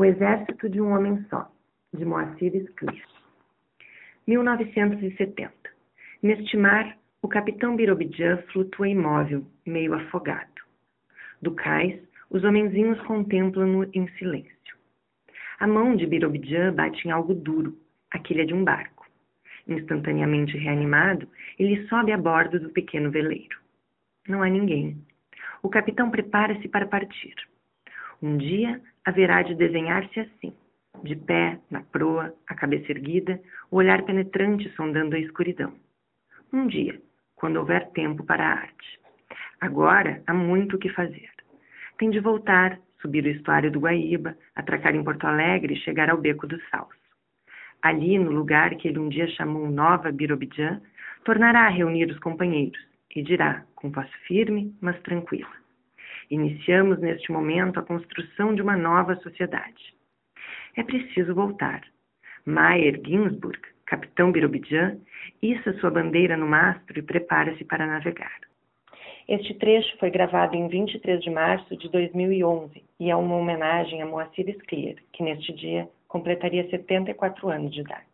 O Exército de um Homem Só, de Moacir Scliar. 1970. Neste mar, o capitão Birobidjan flutua imóvel, meio afogado. Do cais, os homenzinhos contemplam-no em silêncio. A mão de Birobidjan bate em algo duro, a quilha de um barco. Instantaneamente reanimado, ele sobe a bordo do pequeno veleiro. Não há ninguém. O capitão prepara-se para partir. Um dia haverá de desenhar-se assim, de pé, na proa, a cabeça erguida, o olhar penetrante sondando a escuridão. Um dia, quando houver tempo para a arte. Agora há muito o que fazer. Tem de voltar, subir o estuário do Guaíba, atracar em Porto Alegre e chegar ao Beco do Salso. Ali, no lugar que ele um dia chamou Nova Birobidjan, tornará a reunir os companheiros e dirá, com voz firme, mas tranquila: iniciamos neste momento a construção de uma nova sociedade. É preciso voltar. Meyer Ginsburg, capitão Birobidjan, issa sua bandeira no mastro e prepara-se para navegar. Este trecho foi gravado em 23 de março de 2011 e é uma homenagem a Moacir Scliar, que neste dia completaria 74 anos de idade.